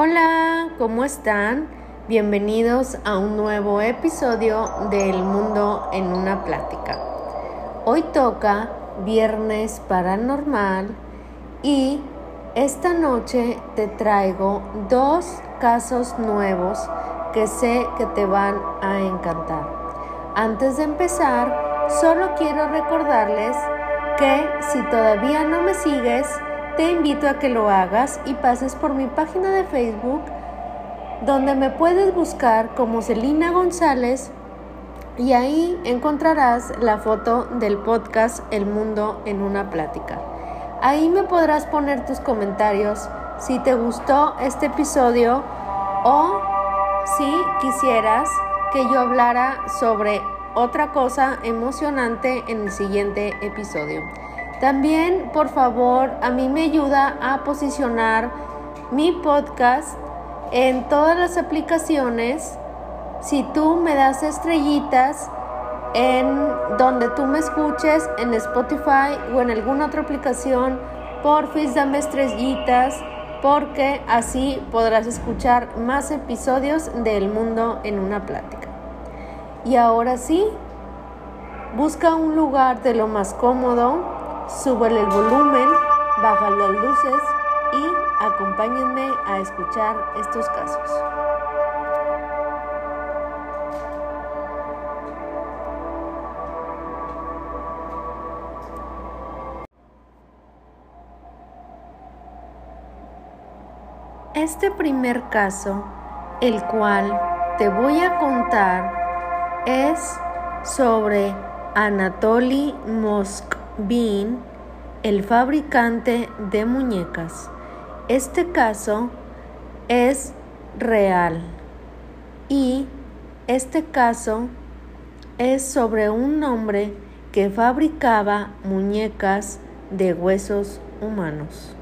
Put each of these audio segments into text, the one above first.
Hola, ¿cómo están? Bienvenidos a un nuevo episodio de El Mundo en una Plática. Hoy toca Viernes Paranormal y esta noche te traigo 2 casos nuevos que sé que te van a encantar. Antes de empezar, solo quiero recordarles que si todavía no me sigues, te invito a que lo hagas y pases por mi página de Facebook, donde me puedes buscar como Celina González, y ahí encontrarás la foto del podcast El Mundo en una Plática. Ahí me podrás poner tus comentarios si te gustó este episodio o si quisieras que yo hablara sobre otra cosa emocionante en el siguiente episodio. También, por favor, a mí me ayuda a posicionar mi podcast en todas las aplicaciones. Si tú me das estrellitas en donde tú me escuches, en Spotify o en alguna otra aplicación, porfis dame estrellitas, porque así podrás escuchar más episodios de El Mundo en una Plática. Y ahora sí, busca un lugar de lo más cómodo, súbele el volumen, baja las luces y acompáñenme a escuchar estos casos. Este primer caso, el cual te voy a contar, es sobre Anatoly Moskvin, el fabricante de muñecas. Este caso es real y este caso es sobre un hombre que fabricaba muñecas de huesos humanos.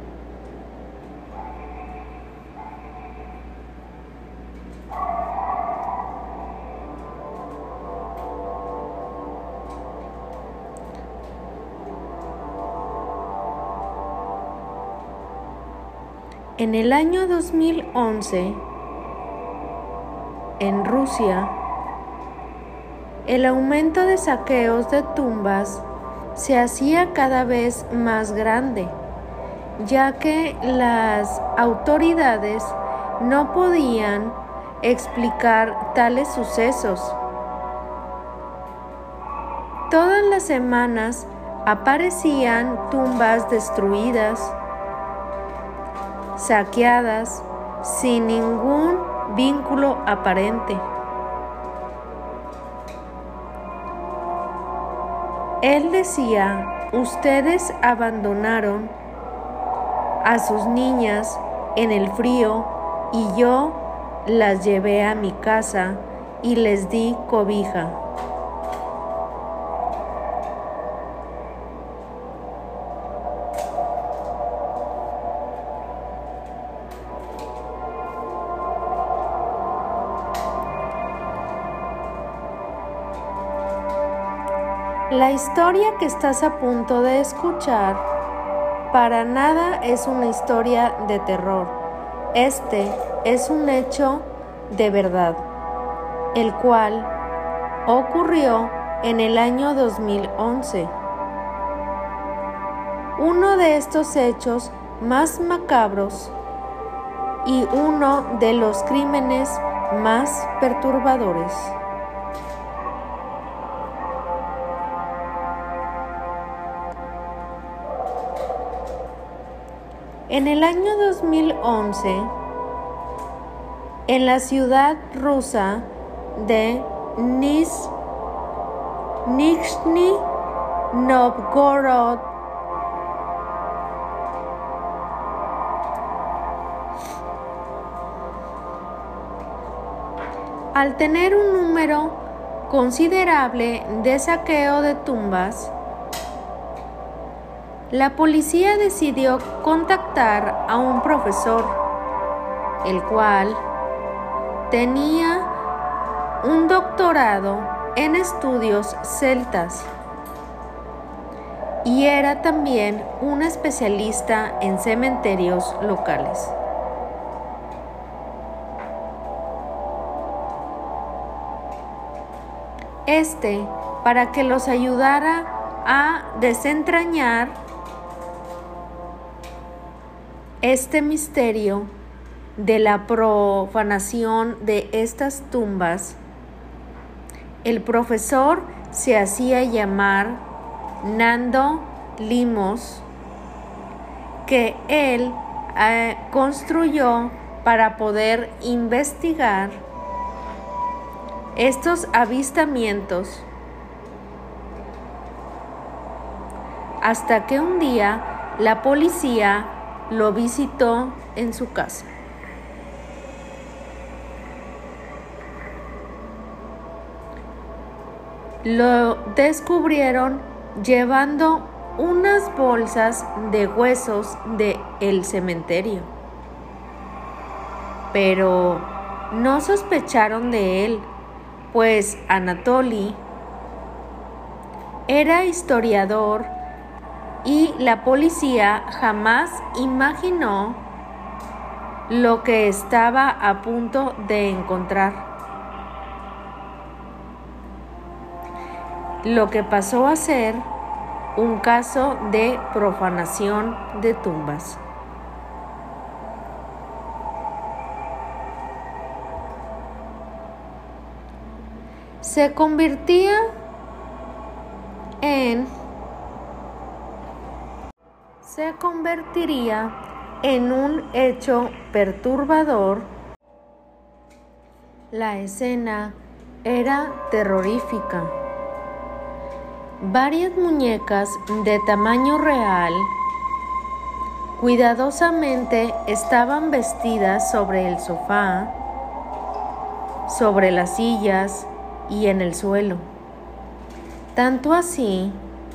En el año 2011, en Rusia, el aumento de saqueos de tumbas se hacía cada vez más grande, ya que las autoridades no podían explicar tales sucesos. Todas las semanas aparecían tumbas destruidas, saqueadas, sin ningún vínculo aparente. Él decía: ustedes abandonaron a sus niñas en el frío y yo las llevé a mi casa y les di cobija. La historia que estás a punto de escuchar para nada es una historia de terror. Este es un hecho de verdad, el cual ocurrió en el año 2011. Uno de estos hechos más macabros y uno de los crímenes más perturbadores. En el año 2011, en la ciudad rusa de Nizhny Novgorod, al tener un número considerable de saqueo de tumbas, la policía decidió contactar a un profesor, el cual tenía un doctorado en estudios celtas y era también un especialista en cementerios locales. para que los ayudara a desentrañar este misterio de la profanación de estas tumbas. El profesor se hacía llamar Nando Limos, que él construyó para poder investigar estos avistamientos, hasta que un día la policía lo visitó en su casa. Lo descubrieron llevando unas bolsas de huesos del cementerio, pero no sospecharon de él, pues Anatoly era historiador y la policía jamás imaginó lo que estaba a punto de encontrar. Lo que pasó a ser un caso de profanación de tumbas. Se convertiría en un hecho perturbador. La escena era terrorífica. Varias muñecas de tamaño real cuidadosamente estaban vestidas sobre el sofá, sobre las sillas y en el suelo. Tanto así,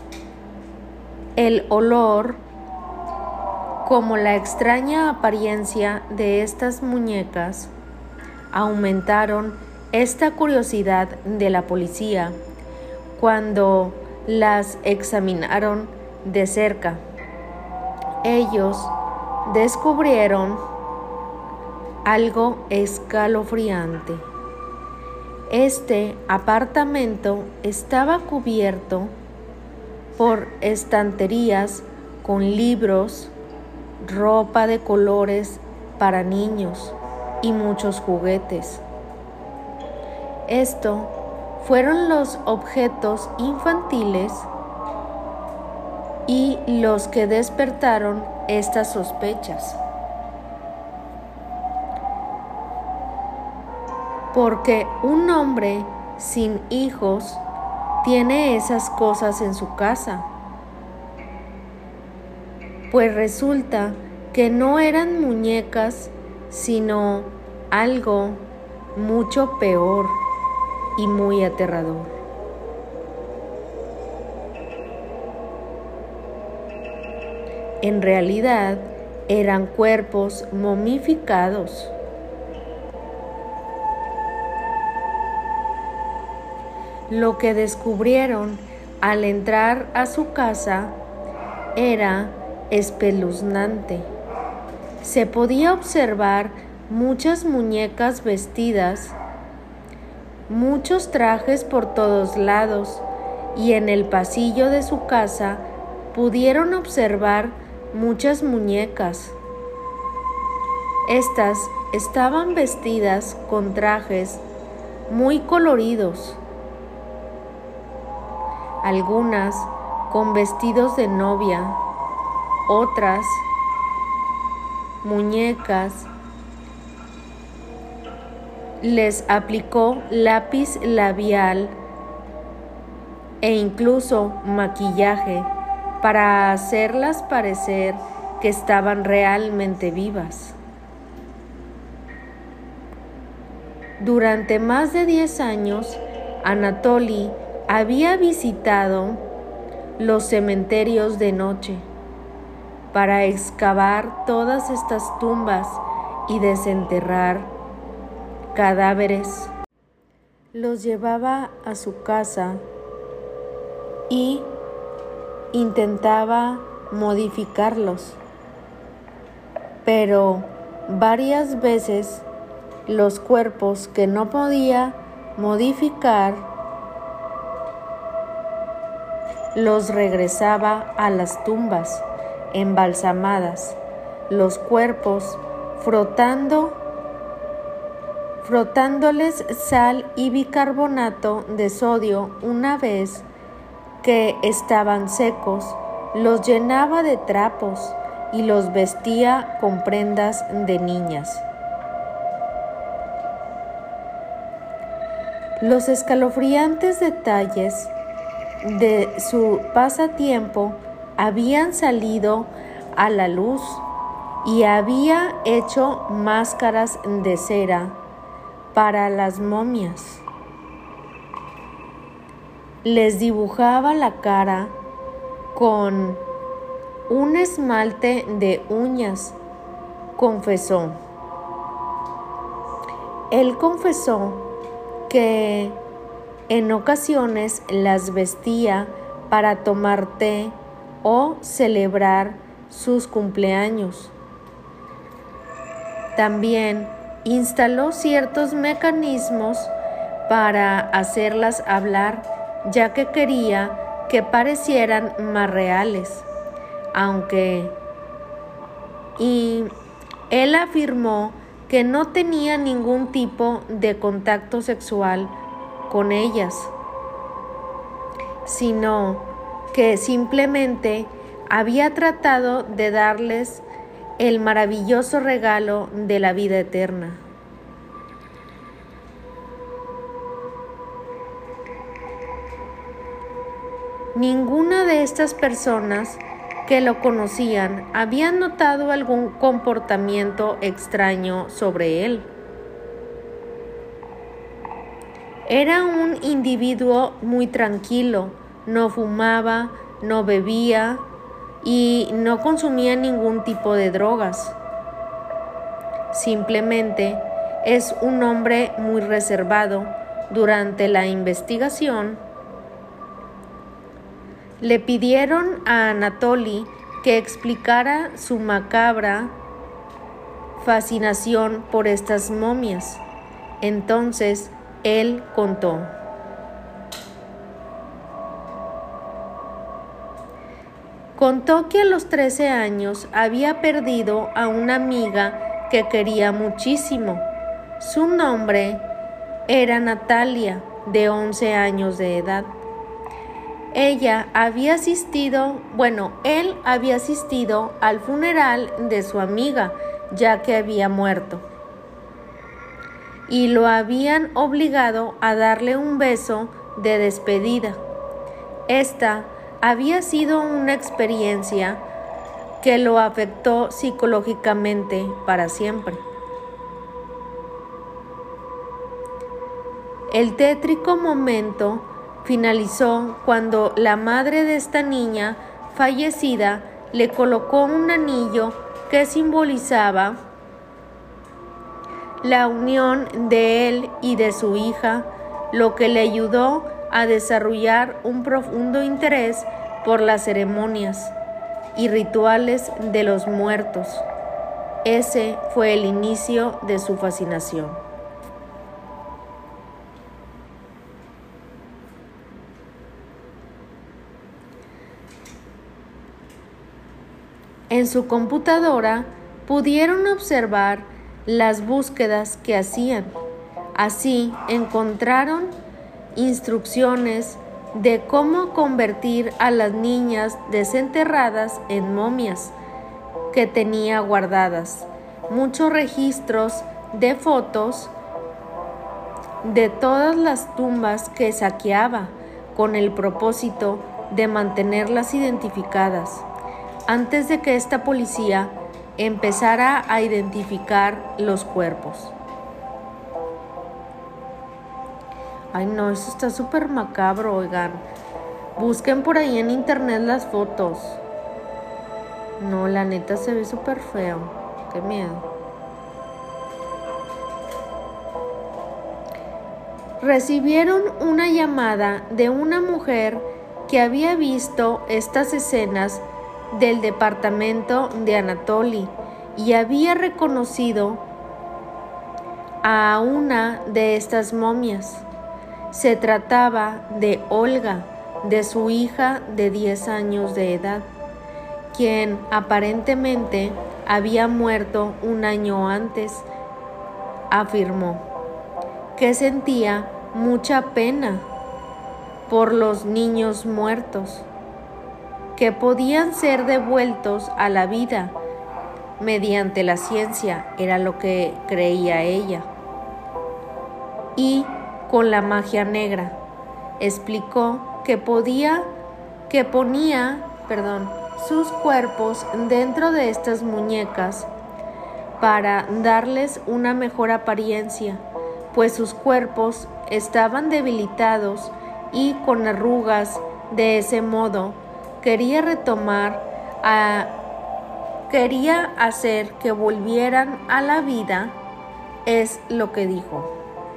el olor como la extraña apariencia de estas muñecas aumentaron esta curiosidad de la policía cuando las examinaron de cerca. Ellos descubrieron algo escalofriante. Este apartamento estaba cubierto por estanterías con libros, ropa de colores para niños y muchos juguetes. Esto fueron los objetos infantiles y los que despertaron estas sospechas. Porque un hombre sin hijos tiene esas cosas en su casa. Pues resulta que no eran muñecas, sino algo mucho peor y muy aterrador. En realidad, eran cuerpos momificados. Lo que descubrieron al entrar a su casa era espeluznante. Se podía observar muchas muñecas vestidas, muchos trajes por todos lados, y en el pasillo de su casa pudieron observar muchas muñecas. Estas estaban vestidas con trajes muy coloridos, algunas con vestidos de novia, otras muñecas les aplicó lápiz labial e incluso maquillaje para hacerlas parecer que estaban realmente vivas. Durante más de 10 años, Anatoly había visitado los cementerios de noche para excavar todas estas tumbas y desenterrar cadáveres. Los llevaba a su casa y intentaba modificarlos, pero varias veces los cuerpos que no podía modificar los regresaba a las tumbas embalsamadas, los cuerpos frotándoles sal y bicarbonato de sodio. Una vez que estaban secos, los llenaba de trapos y los vestía con prendas de niñas. Los escalofriantes detalles de su pasatiempo habían salido a la luz y había hecho máscaras de cera para las momias. Les dibujaba la cara con un esmalte de uñas, confesó. Él confesó que en ocasiones las vestía para tomar té o celebrar sus cumpleaños. También instaló ciertos mecanismos para hacerlas hablar, ya que quería que parecieran más reales, y él afirmó que no tenía ningún tipo de contacto sexual con ellas, sino que simplemente había tratado de darles el maravilloso regalo de la vida eterna. Ninguna de estas personas que lo conocían habían notado algún comportamiento extraño sobre él. Era un individuo muy tranquilo, no fumaba, no bebía y no consumía ningún tipo de drogas. Simplemente es un hombre muy reservado. Durante la investigación, le pidieron a Anatoly que explicara su macabra fascinación por estas momias. Entonces, él contó: que a los 13 años había perdido a una amiga que quería muchísimo. Su nombre era Natalia, de 11 años de edad. Él había asistido al funeral de su amiga, ya que había muerto, y lo habían obligado a darle un beso de despedida. Esta había sido una experiencia que lo afectó psicológicamente para siempre. El tétrico momento finalizó cuando la madre de esta niña fallecida le colocó un anillo que simbolizaba la unión de él y de su hija, lo que le ayudó a desarrollar un profundo interés por las ceremonias y rituales de los muertos. Ese fue el inicio de su fascinación. En su computadora pudieron observar las búsquedas que hacían. Así encontraron instrucciones de cómo convertir a las niñas desenterradas en momias que tenía guardadas, muchos registros de fotos de todas las tumbas que saqueaba con el propósito de mantenerlas identificadas antes de que esta policía empezara a identificar los cuerpos. Ay no, eso está súper macabro, oigan. Busquen por ahí en internet las fotos. No, la neta se ve súper feo. Qué miedo. Recibieron una llamada de una mujer que había visto estas escenas del departamento de Anatoly y había reconocido a una de estas momias. Se trataba de Olga, de su hija de 10 años de edad, quien aparentemente había muerto un año antes. Afirmó que sentía mucha pena por los niños muertos, que podían ser devueltos a la vida mediante la ciencia, era lo que creía ella, y con la magia negra. Explicó que ponía sus cuerpos dentro de estas muñecas para darles una mejor apariencia, pues sus cuerpos estaban debilitados y con arrugas. De ese modo quería hacer que volvieran a la vida, es lo que dijo.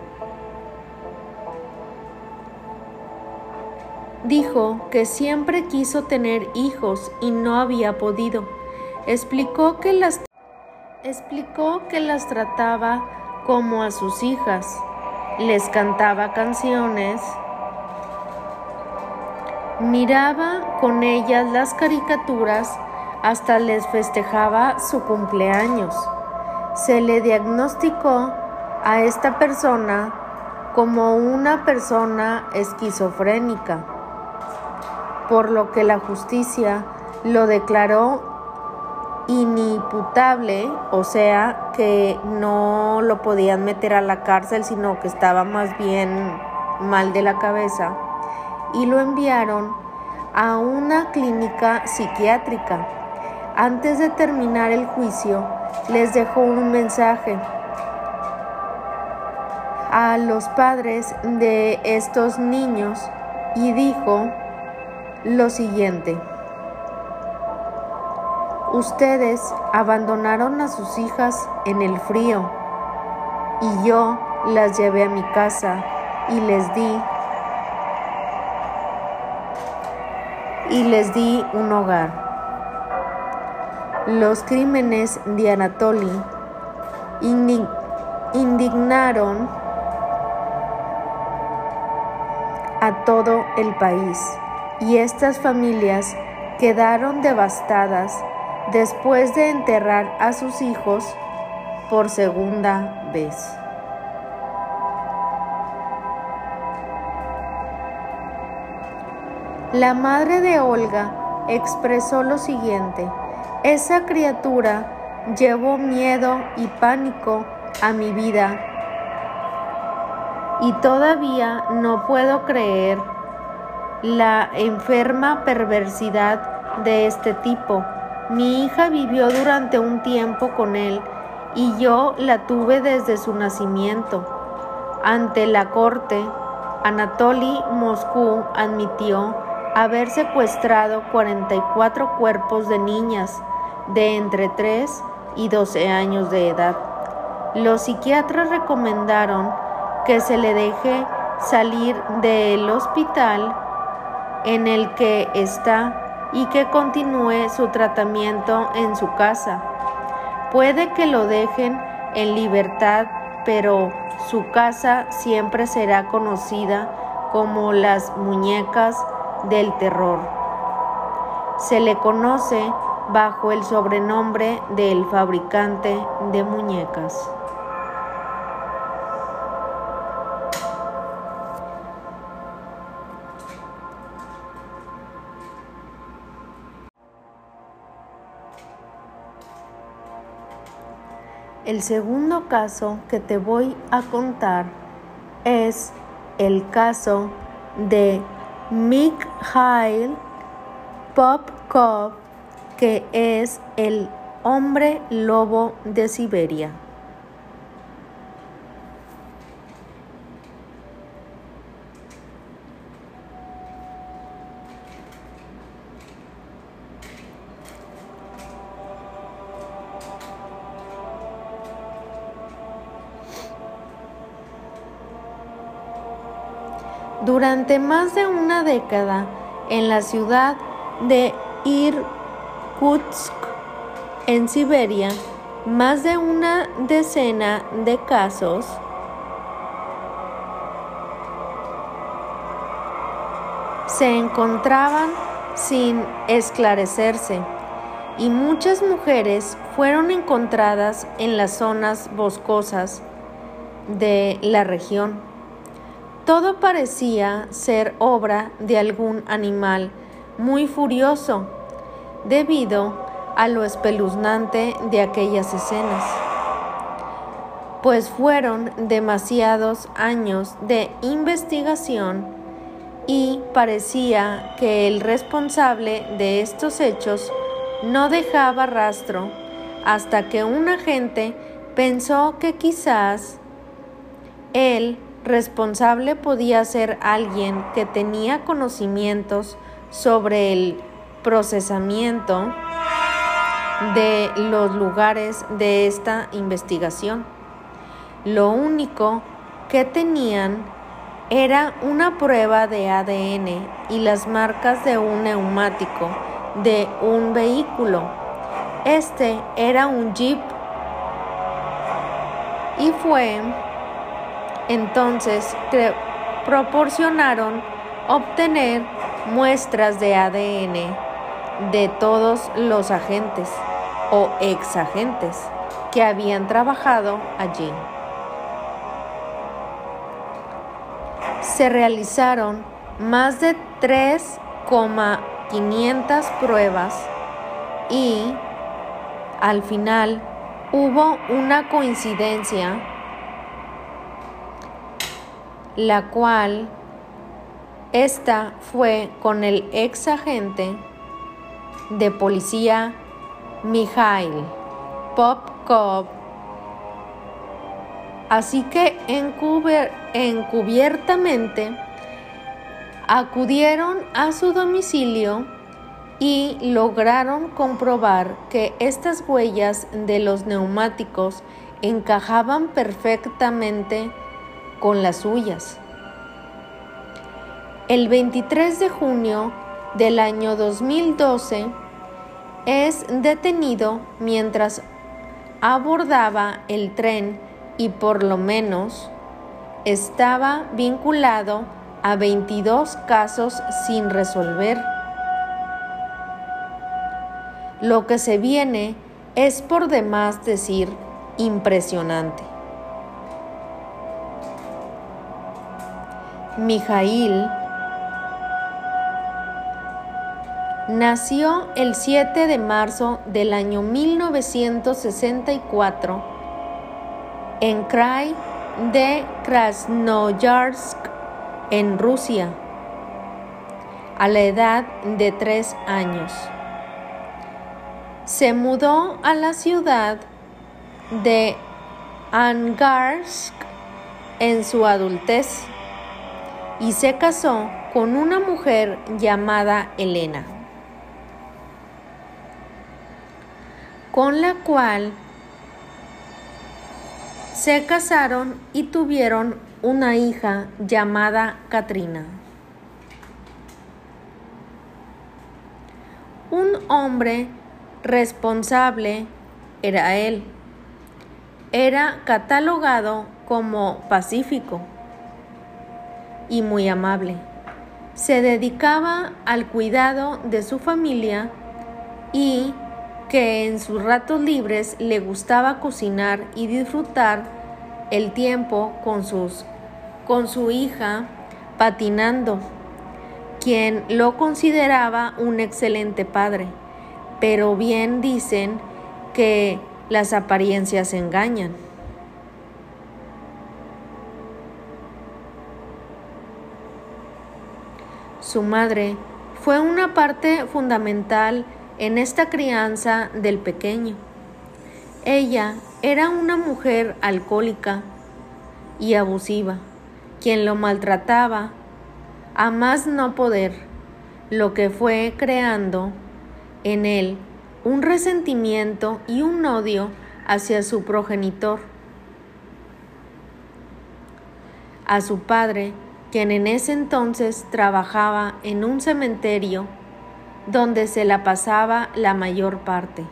Dijo que siempre quiso tener hijos y no había podido. Explicó que las trataba como a sus hijas, les cantaba canciones, miraba con ellas las caricaturas, hasta les festejaba su cumpleaños. Se le diagnosticó a esta persona como una persona esquizofrénica, por lo que la justicia lo declaró inimputable, o sea que no lo podían meter a la cárcel, sino que estaba más bien mal de la cabeza, y lo enviaron a una clínica psiquiátrica. Antes de terminar el juicio, les dejó un mensaje a los padres de estos niños y dijo lo siguiente: ustedes abandonaron a sus hijas en el frío y yo las llevé a mi casa y les di un hogar. Los crímenes de Anatoly indignaron a todo el país y estas familias quedaron devastadas después de enterrar a sus hijos por segunda vez. La madre de Olga expresó lo siguiente: esa criatura llevó miedo y pánico a mi vida y todavía no puedo creer la enferma perversidad de este tipo. Mi hija vivió durante un tiempo con él y yo la tuve desde su nacimiento. Ante la corte, Anatoly Moscú admitió haber secuestrado 44 cuerpos de niñas de entre 3 y 12 años de edad. Los psiquiatras recomendaron que se le deje salir del hospital en el que está y que continúe su tratamiento en su casa. Puede que lo dejen en libertad, pero su casa siempre será conocida como las muñecas del terror. Se le conoce bajo el sobrenombre del fabricante de muñecas. El segundo caso que te voy a contar es el caso de Mikhail Popkov, que es el hombre lobo de Siberia. Durante más de una década, en la ciudad de Irkutsk, en Siberia, más de una decena de casos se encontraban sin esclarecerse y muchas mujeres fueron encontradas en las zonas boscosas de la región. Todo parecía ser obra de algún animal muy furioso debido a lo espeluznante de aquellas escenas, pues fueron demasiados años de investigación y parecía que el responsable de estos hechos no dejaba rastro hasta que un agente pensó que quizás el responsable podía ser alguien que tenía conocimientos sobre el procesamiento de los lugares de esta investigación. Lo único que tenían era una prueba de ADN y las marcas de un neumático de un vehículo. Este era un Jeep y fue entonces que proporcionaron obtener muestras de ADN de todos los agentes o exagentes que habían trabajado allí. Se realizaron más de 3,500 pruebas y al final hubo una coincidencia, la cual esta fue con el ex agente de policía Mikhail Popkov. Así que encubiertamente acudieron a su domicilio y lograron comprobar que estas huellas de los neumáticos encajaban perfectamente con las suyas. El 23 de junio del año 2012 es detenido mientras abordaba el tren y por lo menos estaba vinculado a 22 casos sin resolver. Lo que se viene es por demás decir impresionante. Mikhail nació el 7 de marzo del año 1964 en Krai de Krasnoyarsk, en Rusia, a la edad de 3 años. Se mudó a la ciudad de Angarsk en su adultez y se casó con una mujer llamada Elena, con la cual se casaron y tuvieron una hija llamada Katrina. Un hombre responsable era él. Era catalogado como pacífico y muy amable. Se dedicaba al cuidado de su familia y que en sus ratos libres le gustaba cocinar y disfrutar el tiempo con su hija patinando, quien lo consideraba un excelente padre, pero bien dicen que las apariencias engañan. Su madre fue una parte fundamental en esta crianza del pequeño. Ella era una mujer alcohólica y abusiva, quien lo maltrataba a más no poder, lo que fue creando en él un resentimiento y un odio hacia su progenitor, a su padre, quien en ese entonces trabajaba en un cementerio donde se la pasaba la mayor parte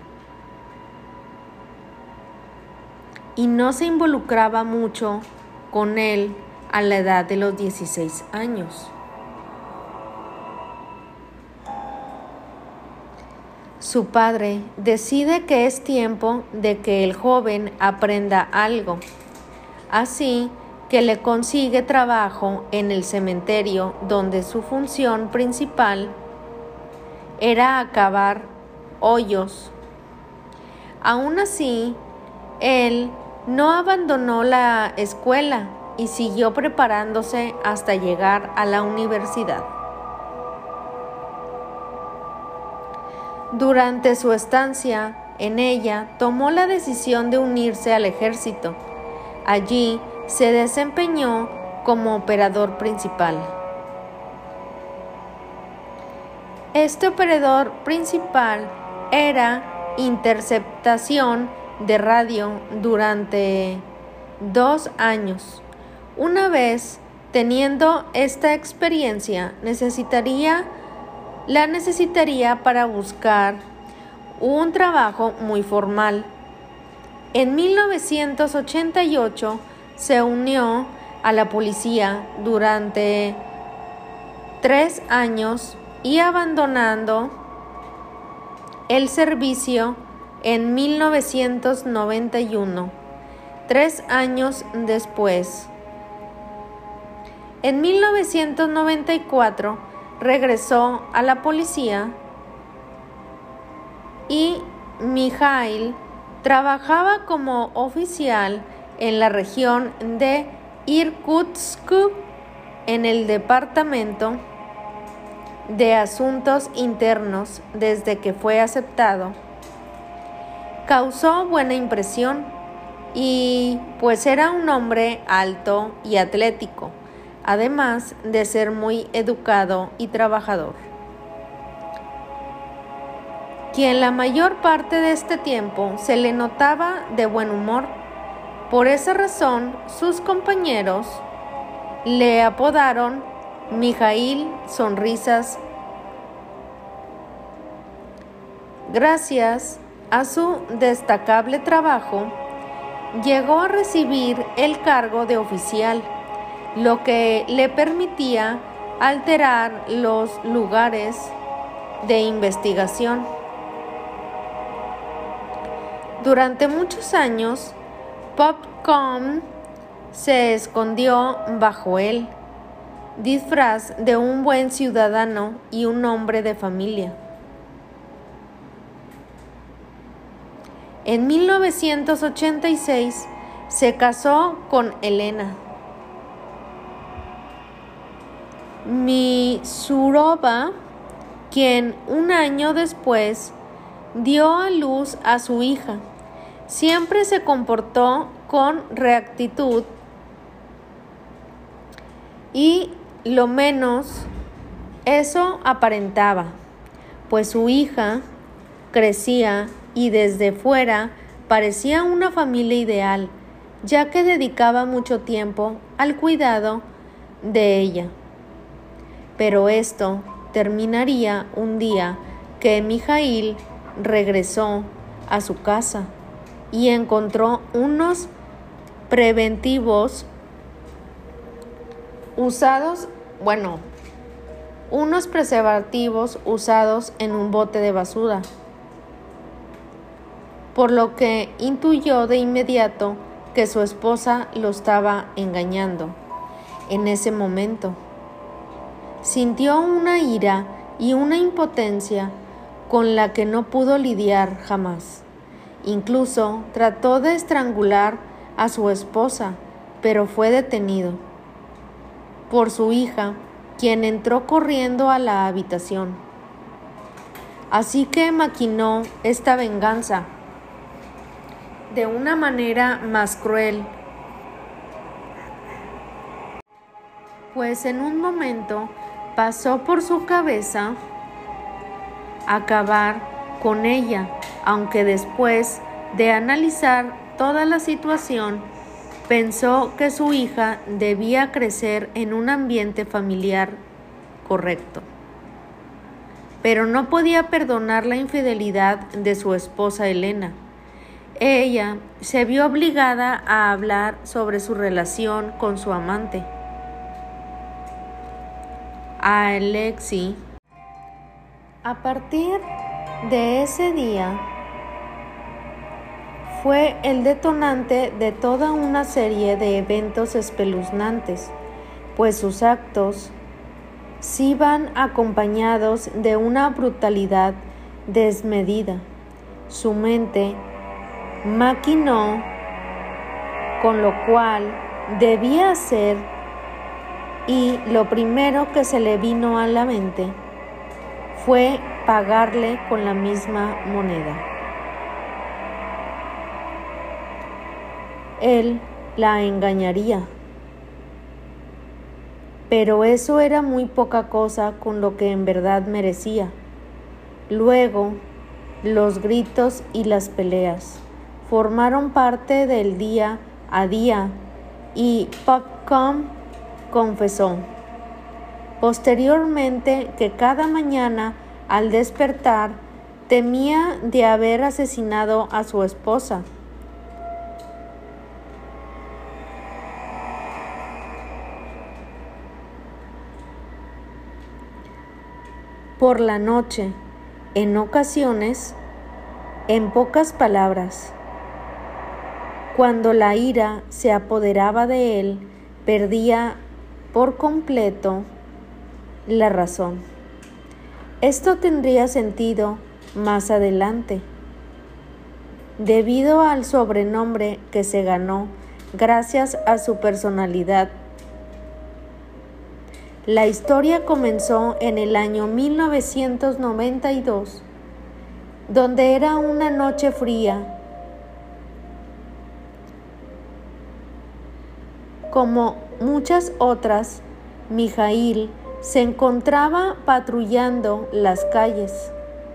y no se involucraba mucho con él a la edad de los 16 años. su padre decide que es tiempo de que el joven aprenda algo, así que le consigue trabajo en el cementerio donde su función principal era cavar hoyos. Aún así, él no abandonó la escuela y siguió preparándose hasta llegar a la universidad. Durante su estancia en ella, tomó la decisión de unirse al ejército. Allí se desempeñó como operador principal. Este operador principal era interceptación de radio durante 2 años. Una vez teniendo esta experiencia, la necesitaría para buscar un trabajo muy formal. En 1988 se unió a la policía durante 3 años y abandonando el servicio en 1991, 3 años después. En 1994 regresó a la policía y Mikhail trabajaba como oficial en la región de Irkutsk en el Departamento de Asuntos Internos desde que fue aceptado. Causó buena impresión y pues era un hombre alto y atlético, además de ser muy educado y trabajador, quien la mayor parte de este tiempo se le notaba de buen humor. Por esa razón, sus compañeros le apodaron Mikhail Sonrisas. Gracias a su destacable trabajo, llegó a recibir el cargo de oficial, lo que le permitía alterar los lugares de investigación. Durante muchos años, Popcom se escondió bajo el disfraz de un buen ciudadano y un hombre de familia. En 1986 se casó con Elena Misurova, quien un año después dio a luz a su hija. Siempre se comportó con rectitud y lo menos eso aparentaba, pues su hija crecía y desde fuera parecía una familia ideal, ya que dedicaba mucho tiempo al cuidado de ella. Pero esto terminaría un día que Mikhail regresó a su casa y encontró unos preservativos usados en un bote de basura, por lo que intuyó de inmediato que su esposa lo estaba engañando. En ese momento, sintió una ira y una impotencia con la que no pudo lidiar jamás. Incluso trató de estrangular a su esposa, pero fue detenido por su hija, quien entró corriendo a la habitación. Así que maquinó esta venganza de una manera más cruel, pues en un momento pasó por su cabeza acabar con ella, aunque después de analizar toda la situación, pensó que su hija debía crecer en un ambiente familiar correcto. Pero no podía perdonar la infidelidad de su esposa Elena. Ella se vio obligada a hablar sobre su relación con su amante, Alexei. A partir de ese día fue el detonante de toda una serie de eventos espeluznantes, pues sus actos sí van acompañados de una brutalidad desmedida. Su mente maquinó con lo cual debía hacer, y lo primero que se le vino a la mente fue pagarle con la misma moneda. Él la engañaría, pero eso era muy poca cosa con lo que en verdad merecía. Luego, los gritos y las peleas formaron parte del día a día, y Popcom confesó posteriormente que cada mañana al despertar temía de haber asesinado a su esposa. Por la noche, en ocasiones, en pocas palabras, cuando la ira se apoderaba de él, perdía por completo la razón. Esto tendría sentido más adelante, debido al sobrenombre que se ganó gracias a su personalidad. La historia comenzó en el año 1992, donde era una noche fría. Como muchas otras, Mijaíl se encontraba patrullando las calles,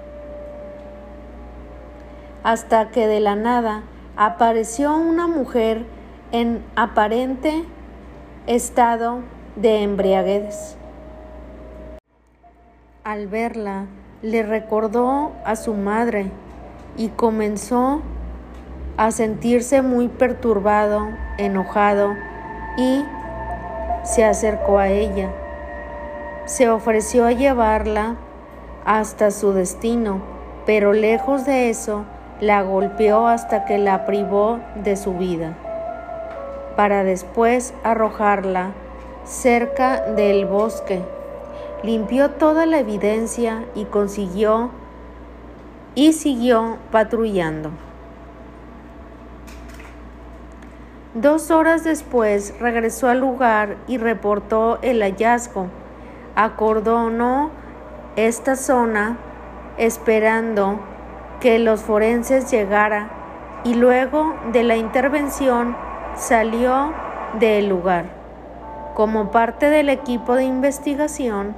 hasta que de la nada apareció una mujer en aparente estado de embriaguez. Al verla, le recordó a su madre y comenzó a sentirse muy perturbado, enojado, y se acercó a ella. Se ofreció a llevarla hasta su destino, pero lejos de eso, la golpeó hasta que la privó de su vida, para después arrojarla cerca del bosque. Limpió toda la evidencia y siguió patrullando. 2 horas después regresó al lugar y reportó el hallazgo. Acordonó esta zona esperando que los forenses llegaran, y luego de la intervención salió del lugar. Como parte del equipo de investigación,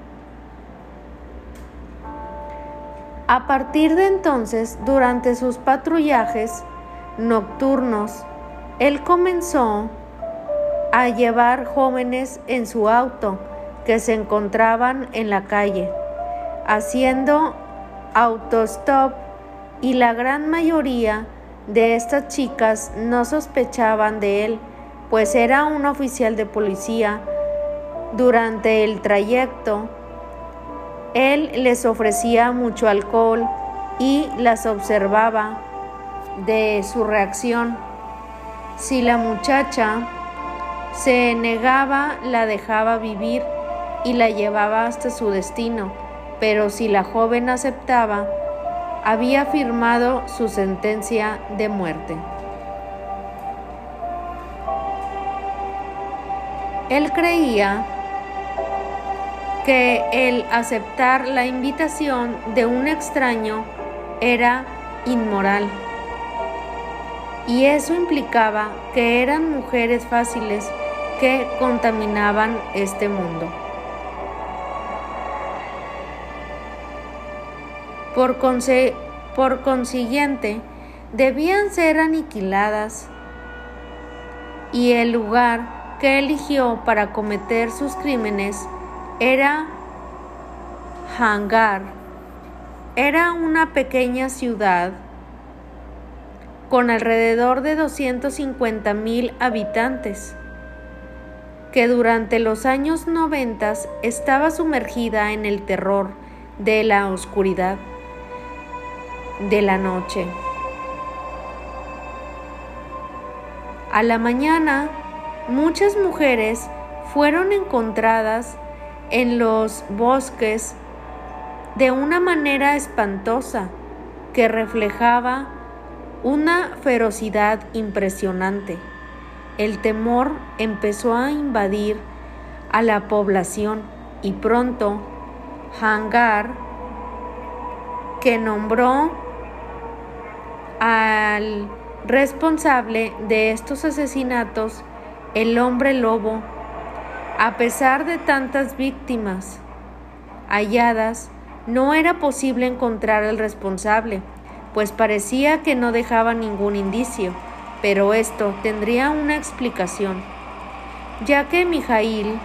a partir de entonces, durante sus patrullajes nocturnos, él comenzó a llevar jóvenes en su auto que se encontraban en la calle, haciendo autostop, y la gran mayoría de estas chicas no sospechaban de él, pues era un oficial de policía. Durante el trayecto, él les ofrecía mucho alcohol y las observaba de su reacción. Si la muchacha se negaba, la dejaba vivir y la llevaba hasta su destino, pero si la joven aceptaba, había firmado su sentencia de muerte. Él creía que el aceptar la invitación de un extraño era inmoral, y eso implicaba que eran mujeres fáciles que contaminaban este mundo. Por consiguiente, debían ser aniquiladas, y el lugar que eligió para cometer sus crímenes era Hangar. Era una pequeña ciudad con alrededor de 250,000 habitantes, que durante los años 90 estaba sumergida en el terror de la oscuridad. de la noche. A la mañana, muchas mujeres fueron encontradas en los bosques de una manera espantosa que reflejaba una ferocidad impresionante. El temor empezó a invadir a la población y pronto Hangar, que nombró al responsable de estos asesinatos el hombre lobo. A pesar de tantas víctimas halladas, no era posible encontrar al responsable, pues parecía que no dejaba ningún indicio, pero esto tendría una explicación, ya que Mijaíl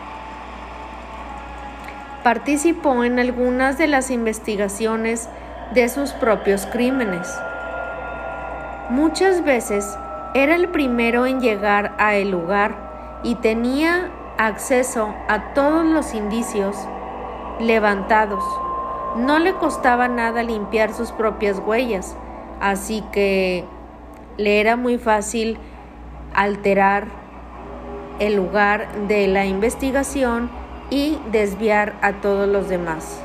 participó en algunas de las investigaciones de sus propios crímenes. Muchas veces era el primero en llegar a el lugar y tenía acceso a todos los indicios levantados. No le costaba nada limpiar sus propias huellas, así que le era muy fácil alterar el lugar de la investigación y desviar a todos los demás.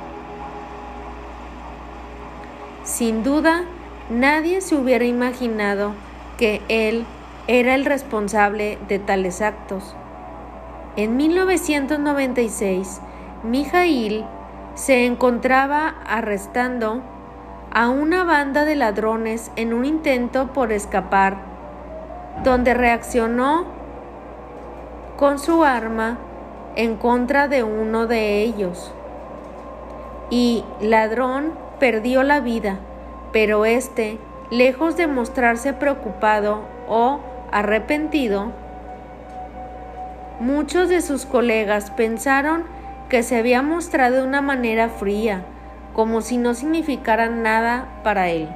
Sin duda, nadie se hubiera imaginado que él era el responsable de tales actos. En 1996, Mijaíl se encontraba arrestando a una banda de ladrones en un intento por escapar, donde reaccionó con su arma en contra de uno de ellos. Y ladrón perdió la vida, pero lejos de mostrarse preocupado o arrepentido, muchos de sus colegas pensaron que se había mostrado de una manera fría, como si no significara nada para él.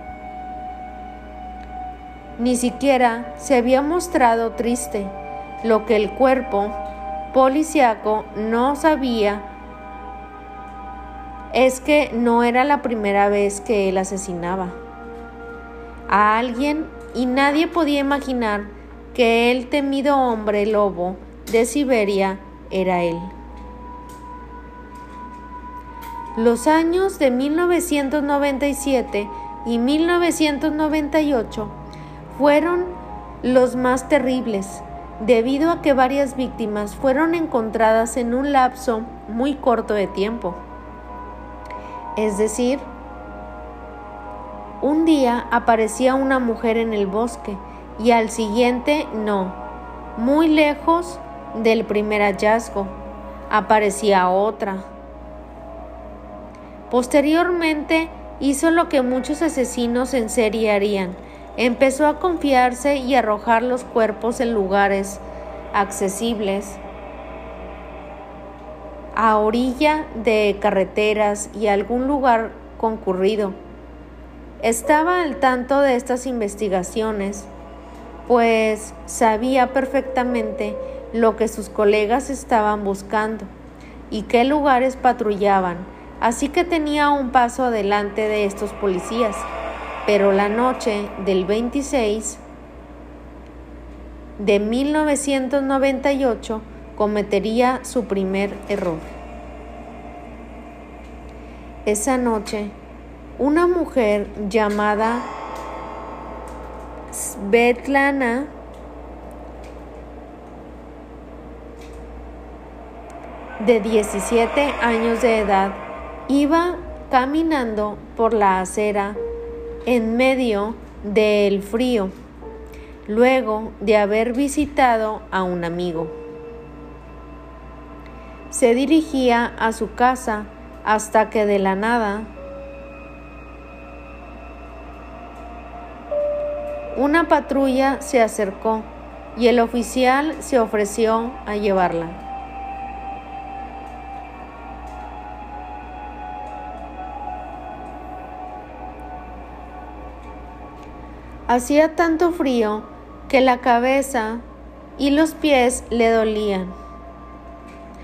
Ni siquiera se había mostrado triste, lo que el cuerpo policíaco no sabía es que no era la primera vez que él asesinaba a alguien y nadie podía imaginar que el temido hombre lobo de Siberia era él. Los años de 1997 y 1998 fueron los más terribles, debido a que varias víctimas fueron encontradas en un lapso muy corto de tiempo. Es decir, un día aparecía una mujer en el bosque y al siguiente no, muy lejos del primer hallazgo, aparecía otra. Posteriormente hizo lo que muchos asesinos en serie harían. Empezó a confiarse y arrojar los cuerpos en lugares accesibles, a orilla de carreteras y algún lugar concurrido. Estaba al tanto de estas investigaciones, pues sabía perfectamente lo que sus colegas estaban buscando y qué lugares patrullaban, así que tenía un paso adelante de estos policías. Pero la noche del 26 de 1998 cometería su primer error. Esa noche, una mujer llamada Svetlana de 17 años de edad iba caminando por la acera en medio del frío, luego de haber visitado a un amigo. Se dirigía a su casa hasta que de la nada una patrulla se acercó y el oficial se ofreció a llevarla. Hacía tanto frío que la cabeza y los pies le dolían.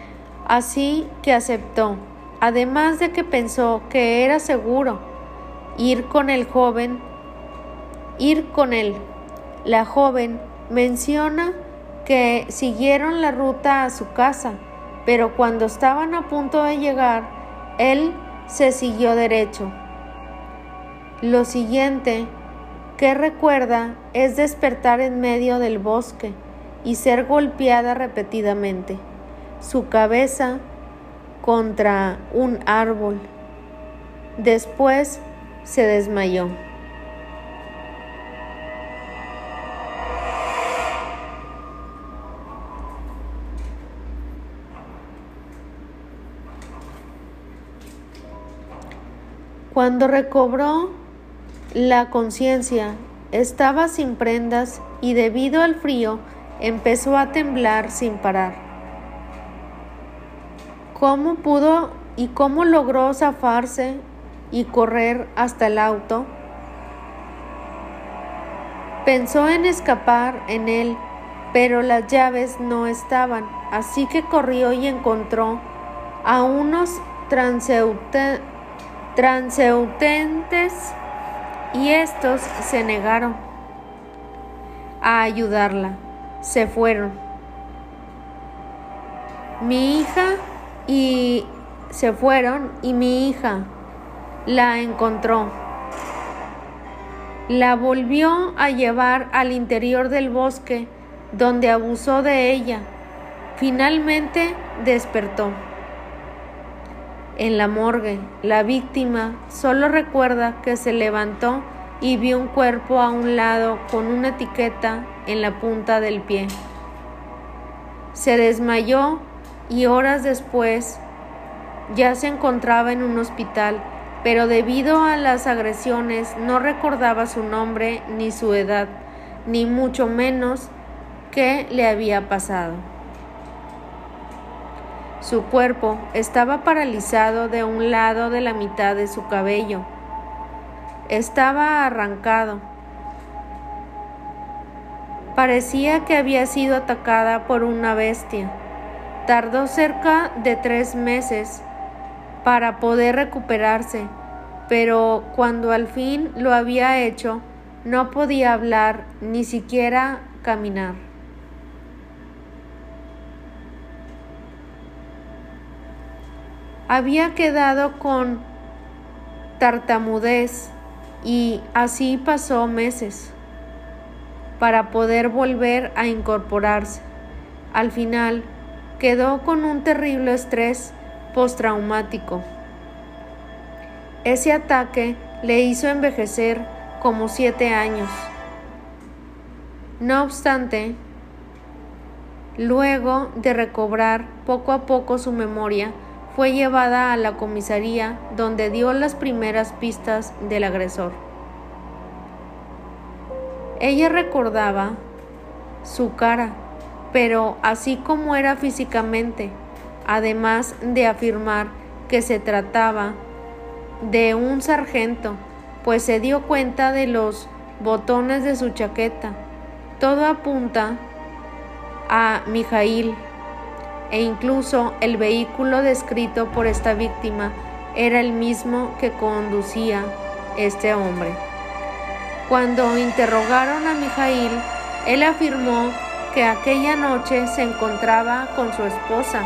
Así que aceptó, además de que pensó que era seguro ir con el joven, ir con él. La joven menciona que siguieron la ruta a su casa, pero cuando estaban a punto de llegar, él se siguió derecho. Lo siguiente que recuerda es despertar en medio del bosque y ser golpeada repetidamente, su cabeza contra un árbol. Después se desmayó. Cuando recobró la conciencia, estaba sin prendas y debido al frío empezó a temblar sin parar. ¿Cómo pudo y cómo logró zafarse y correr hasta el auto? Pensó en escapar en él, pero las llaves no estaban, así que corrió y encontró a unos transeúntes y estos se negaron a ayudarla. Se fueron. Mi hija y mi hija la encontró. La volvió a llevar al interior del bosque, donde abusó de ella. Finalmente despertó. En la morgue, la víctima solo recuerda que se levantó y vio un cuerpo a un lado con una etiqueta en la punta del pie. Se desmayó y horas después ya se encontraba en un hospital, pero debido a las agresiones no recordaba su nombre ni su edad, ni mucho menos qué le había pasado. Su cuerpo estaba paralizado de un lado de la mitad de su cabello. Estaba arrancado. Parecía que había sido atacada por una bestia. Tardó cerca de 3 meses para poder recuperarse, pero cuando al fin lo había hecho, no podía hablar ni siquiera caminar. Había quedado con tartamudez y así pasó meses para poder volver a incorporarse. Al final quedó con un terrible estrés postraumático. Ese ataque le hizo envejecer como 7 años. No obstante, luego de recobrar poco a poco su memoria, fue llevada a la comisaría, donde dio las primeras pistas del agresor. Ella recordaba su cara, pero así como era físicamente, además de afirmar que se trataba de un sargento, pues se dio cuenta de los botones de su chaqueta. Todo apunta a Mijail, e incluso el vehículo descrito por esta víctima era el mismo que conducía este hombre. Cuando interrogaron a Mijail, él afirmó que aquella noche se encontraba con su esposa.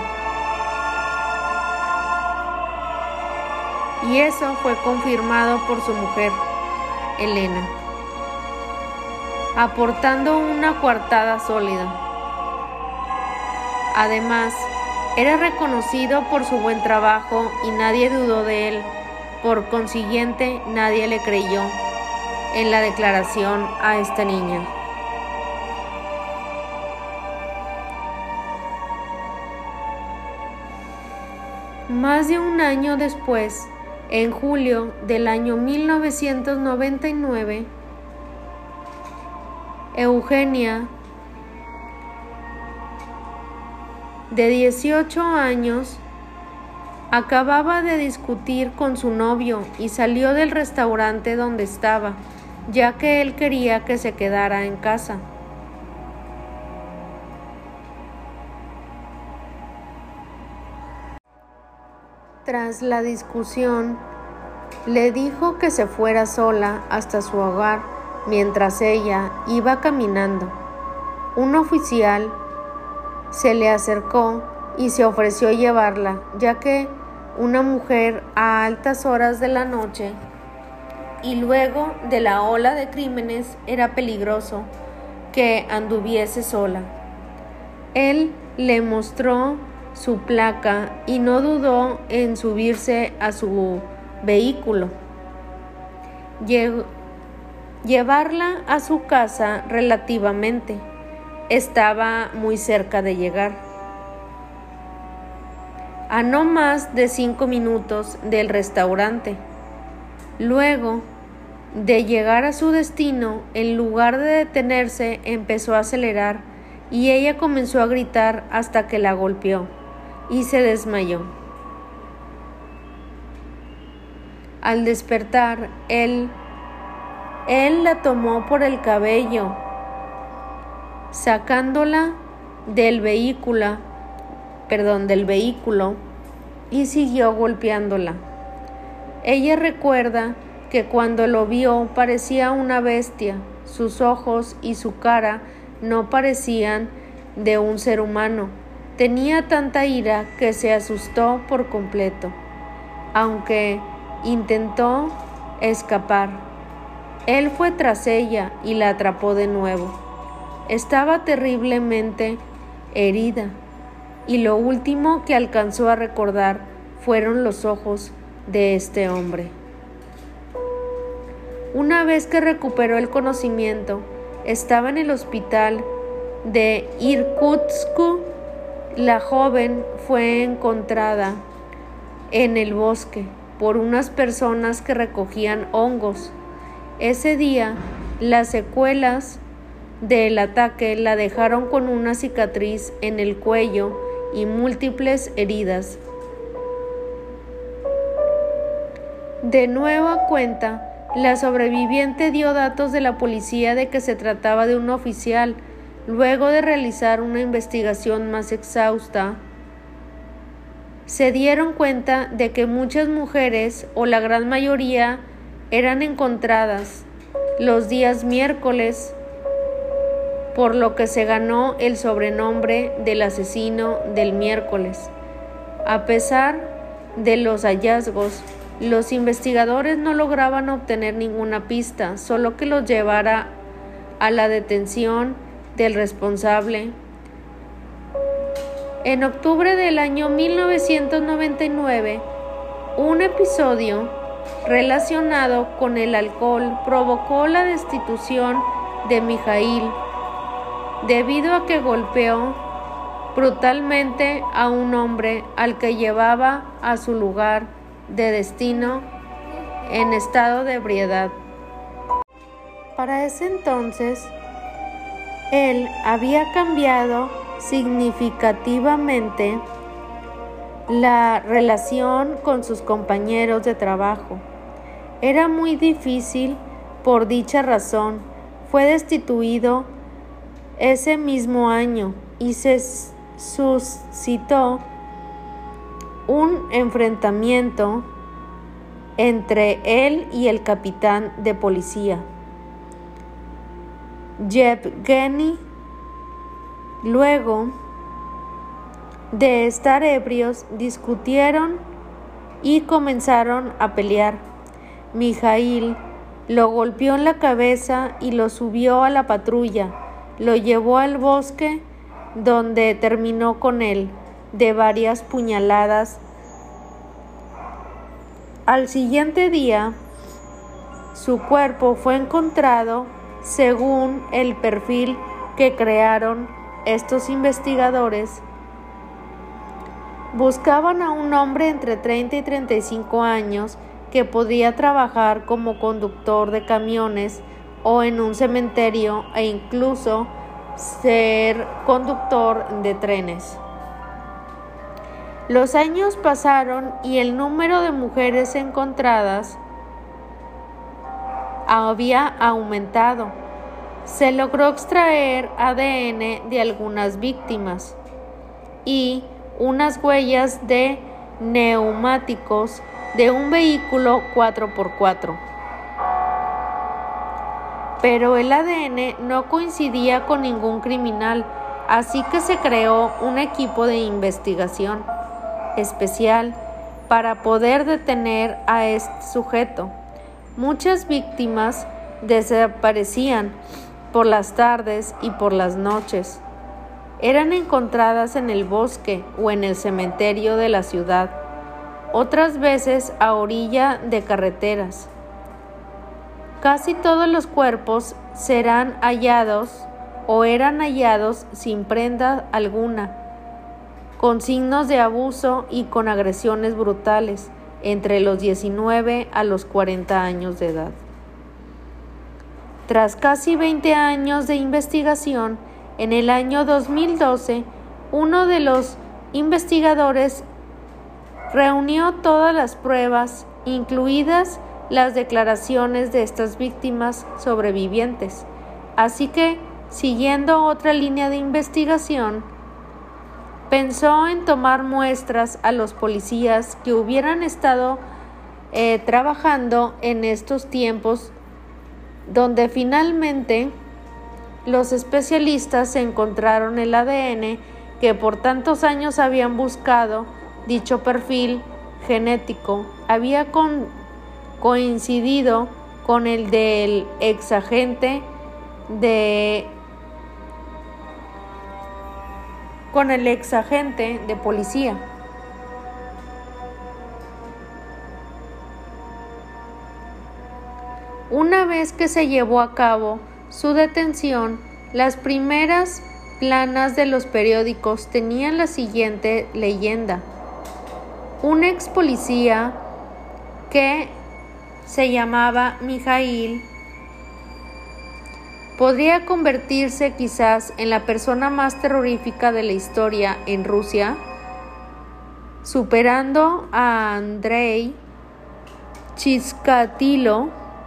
Y eso fue confirmado por su mujer, Elena, aportando una coartada sólida. Además, era reconocido por su buen trabajo y nadie dudó de él. Por consiguiente, nadie le creyó en la declaración a esta niña. Más de un año después, en julio del año 1999, Eugenia, de 18 años, acababa de discutir con su novio y salió del restaurante donde estaba, ya que él quería que se quedara en casa. Tras la discusión, Le dijo que se fuera sola hasta su hogar mientras ella iba caminando. Un oficial se le acercó y se ofreció llevarla, ya que una mujer a altas horas de la noche y luego de la ola de crímenes era peligroso que anduviese sola. Él le mostró su placa y no dudó en subirse a su vehículo. Llevarla a su casa relativamente. Estaba muy cerca de llegar. A no más de 5 minutos del restaurante. Luego de llegar a su destino, en lugar de detenerse, empezó a acelerar y ella comenzó a gritar hasta que la golpeó y se desmayó. Al despertar, él la tomó por el cabello, sacándola del vehículo y siguió golpeándola. Ella recuerda que cuando lo vio parecía una bestia. Sus ojos y su cara no parecían de un ser humano. Tenía tanta ira que se asustó por completo. Aunque intentó escapar, él fue tras ella y la atrapó de nuevo. Estaba terriblemente herida y lo último que alcanzó a recordar fueron los ojos de este hombre. Una vez que recuperó el conocimiento, estaba en el hospital de Irkutsk. La joven fue encontrada en el bosque por unas personas que recogían hongos. Ese día, las secuelas del ataque la dejaron con una cicatriz en el cuello y múltiples heridas. De nueva cuenta, la sobreviviente dio datos de la policía de que se trataba de un oficial. Luego de realizar una investigación más exhausta, se dieron cuenta de que muchas mujeres, o la gran mayoría, eran encontradas los días miércoles, por lo que se ganó el sobrenombre del asesino del miércoles. A pesar de los hallazgos, los investigadores no lograban obtener ninguna pista, solo que los llevara a la detención del responsable. En octubre del año 1999, un episodio relacionado con el alcohol provocó la destitución de Mijaíl debido a que golpeó brutalmente a un hombre al que llevaba a su lugar de destino en estado de ebriedad. Para ese entonces, él había cambiado significativamente la relación con sus compañeros de trabajo. Era muy difícil. Por dicha razón, fue destituido ese mismo año y se suscitó un enfrentamiento entre él y el capitán de policía, Yevgeny. Luego de estar ebrios, discutieron y comenzaron a pelear. Mijaíl lo golpeó en la cabeza y lo subió a la patrulla. Lo llevó al bosque, donde terminó con él de varias puñaladas. Al siguiente día, su cuerpo fue encontrado según el perfil que crearon estos investigadores. Buscaban a un hombre entre 30 y 35 años que podía trabajar como conductor de camiones o en un cementerio e incluso ser conductor de trenes. Los años pasaron y el número de mujeres encontradas había aumentado. Se logró extraer ADN de algunas víctimas y unas huellas de neumáticos de un vehículo 4x4. Pero el ADN no coincidía con ningún criminal, así que se creó un equipo de investigación especial para poder detener a este sujeto. Muchas víctimas desaparecían por las tardes y por las noches. Eran encontradas en el bosque o en el cementerio de la ciudad, otras veces a orilla de carreteras. Casi todos los cuerpos serán hallados o eran hallados sin prenda alguna, con signos de abuso y con agresiones brutales entre los 19 a los 40 años de edad. Tras casi 20 años de investigación, en el año 2012, uno de los investigadores reunió todas las pruebas, incluidas las declaraciones de estas víctimas sobrevivientes. Así que, siguiendo otra línea de investigación, pensó en tomar muestras a los policías que hubieran estado trabajando en estos tiempos, donde finalmente los especialistas encontraron el ADN que por tantos años habían buscado. Dicho perfil genético había coincidido con el del exagente de policía. Una vez que se llevó a cabo su detención, las primeras planas de los periódicos tenían la siguiente leyenda: un ex policía que se llamaba Mikhail podría convertirse quizás en la persona más terrorífica de la historia en Rusia, superando a Andrei Chikatilo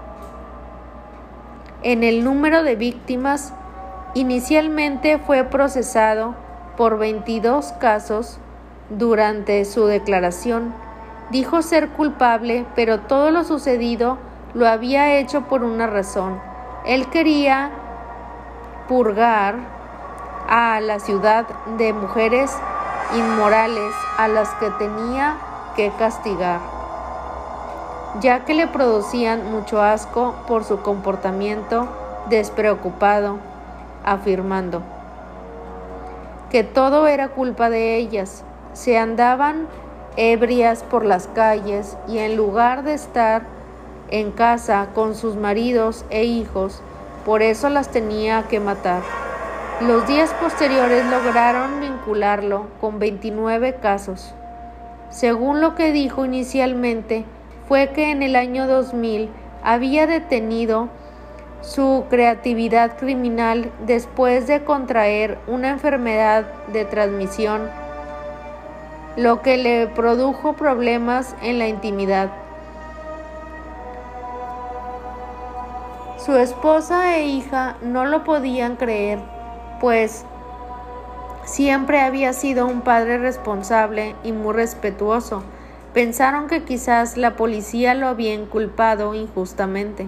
en el número de víctimas. Inicialmente fue procesado por 22 casos. Durante su declaración, dijo ser culpable, pero todo lo sucedido lo había hecho por una razón. Él quería purgar a la ciudad de mujeres inmorales a las que tenía que castigar, ya que le producían mucho asco por su comportamiento despreocupado, afirmando que todo era culpa de ellas. Se andaban ebrias por las calles y en lugar de estar en casa con sus maridos e hijos, por eso las tenía que matar. Los días posteriores lograron vincularlo con 29 casos. Según lo que dijo inicialmente, fue que en el año 2000 había detenido su creatividad criminal después de contraer una enfermedad de transmisión, lo que le produjo problemas en la intimidad. Su esposa e hija no lo podían creer, pues siempre había sido un padre responsable y muy respetuoso. Pensaron que quizás la policía lo había inculpado injustamente.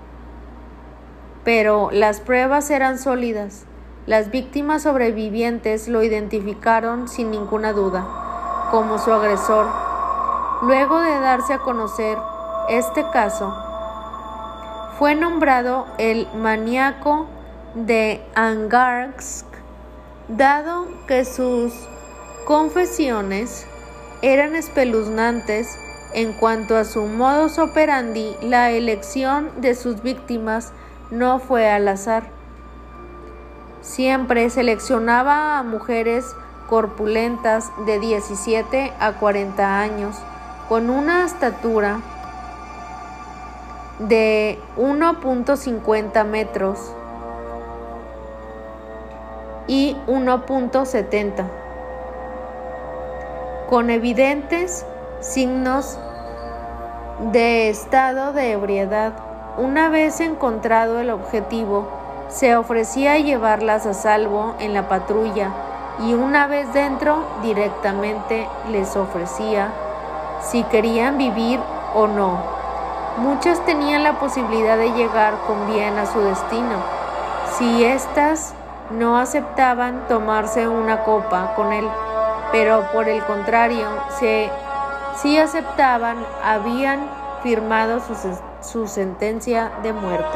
Pero las pruebas eran sólidas. Las víctimas sobrevivientes lo identificaron sin ninguna duda como su agresor. Luego de darse a conocer este caso, fue nombrado el maníaco de Angarsk, dado que sus confesiones eran espeluznantes en cuanto a su modus operandi. La elección de sus víctimas no fue al azar. Siempre seleccionaba a mujeres corpulentas de 17 a 40 años, con una estatura de 1.50 metros y 1.70, con evidentes signos de estado de ebriedad. Una vez encontrado el objetivo, se ofrecía a llevarlas a salvo en la patrulla y una vez dentro directamente les ofrecía si querían vivir o no. Muchas tenían la posibilidad de llegar con bien a su destino, si éstas no aceptaban tomarse una copa con él, pero por el contrario, si aceptaban, habían firmado su sentencia de muerte.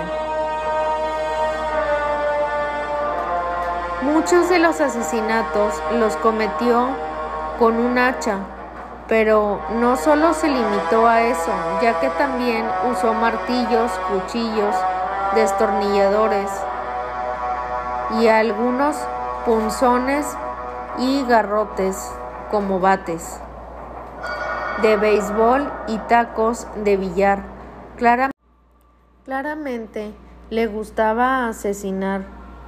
Muchos de los asesinatos los cometió con un hacha, pero no solo se limitó a eso, ya que también usó martillos, cuchillos, destornilladores y algunos punzones y garrotes como bates de béisbol y tacos de billar. Claramente le gustaba asesinar.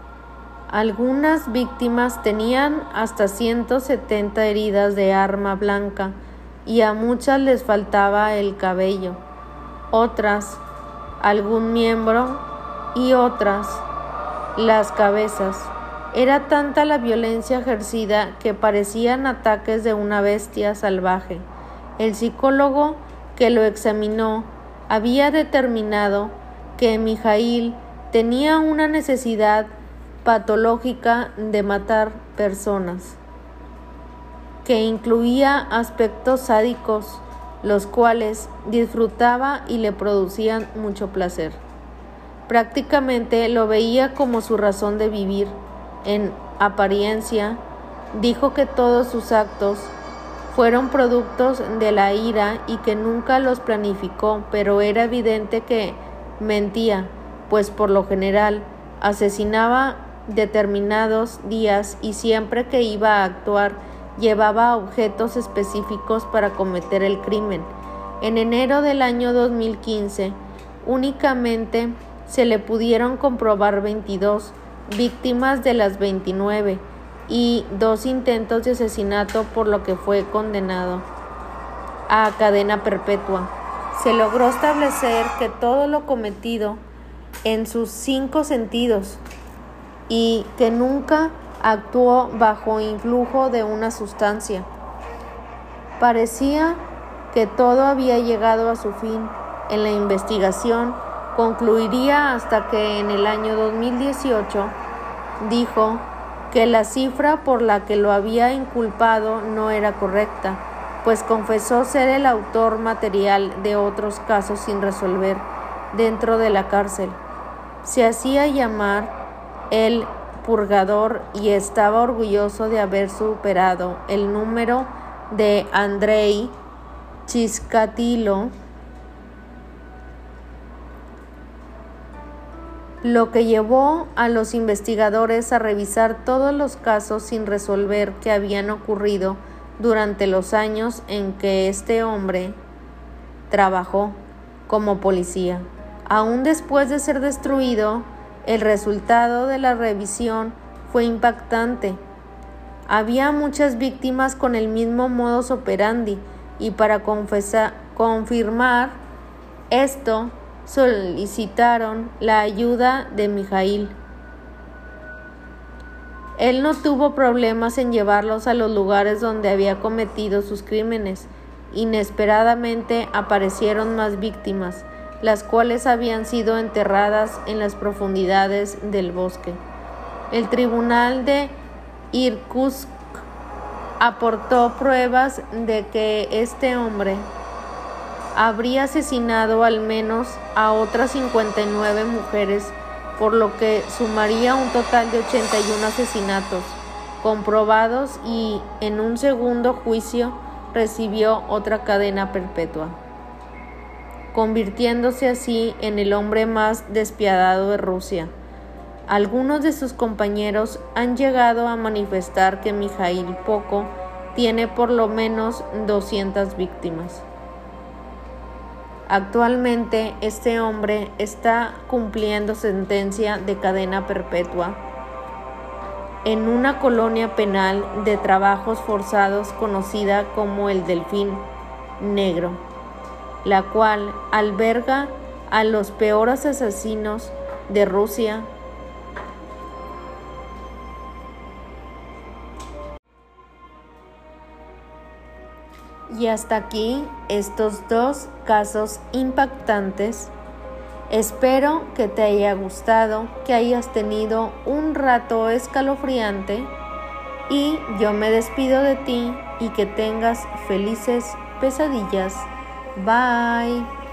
Algunas víctimas tenían hasta 170 heridas de arma blanca y a muchas les faltaba el cabello, otras algún miembro y otras las cabezas. Era tanta la violencia ejercida que parecían ataques de una bestia salvaje. El psicólogo que lo examinó había determinado que Mijaíl tenía una necesidad patológica de matar personas, que incluía aspectos sádicos, los cuales disfrutaba y le producían mucho placer. Prácticamente lo veía como su razón de vivir. En apariencia, dijo que todos sus actos fueron productos de la ira y que nunca los planificó, pero era evidente que mentía, pues por lo general asesinaba determinados días y siempre que iba a actuar llevaba objetos específicos para cometer el crimen. En enero del año 2015, únicamente se le pudieron comprobar 22 víctimas de las 29 y 2 intentos de asesinato, por lo que fue condenado a cadena perpetua. Se logró establecer que todo lo cometido en sus 5 sentidos y que nunca actuó bajo influjo de una sustancia. Parecía que todo había llegado a su fin. En la investigación concluiría hasta que en el año 2018 dijo que la cifra por la que lo había inculpado no era correcta, pues confesó ser el autor material de otros casos sin resolver dentro de la cárcel. Se hacía llamar el purgador y estaba orgulloso de haber superado el número de Andrei Chikatilo, lo que llevó a los investigadores a revisar todos los casos sin resolver que habían ocurrido durante los años en que este hombre trabajó como policía. Aún después de ser destruido, el resultado de la revisión fue impactante. Había muchas víctimas con el mismo modus operandi y para confirmar esto, solicitaron la ayuda de Mijaíl. Él no tuvo problemas en llevarlos a los lugares donde había cometido sus crímenes. Inesperadamente aparecieron más víctimas, las cuales habían sido enterradas en las profundidades del bosque. El tribunal de Irkutsk aportó pruebas de que este hombre habría asesinado al menos a otras 59 mujeres, por lo que sumaría un total de 81 asesinatos comprobados y en un segundo juicio recibió otra cadena perpetua, convirtiéndose así en el hombre más despiadado de Rusia. Algunos de sus compañeros han llegado a manifestar que Mijaíl Poko tiene por lo menos 200 víctimas. Actualmente, este hombre está cumpliendo sentencia de cadena perpetua en una colonia penal de trabajos forzados conocida como el Delfín Negro, la cual alberga a los peores asesinos de Rusia. Y hasta aquí estos 2 casos impactantes. Espero que te haya gustado, que hayas tenido un rato escalofriante y yo me despido de ti y que tengas felices pesadillas. Bye.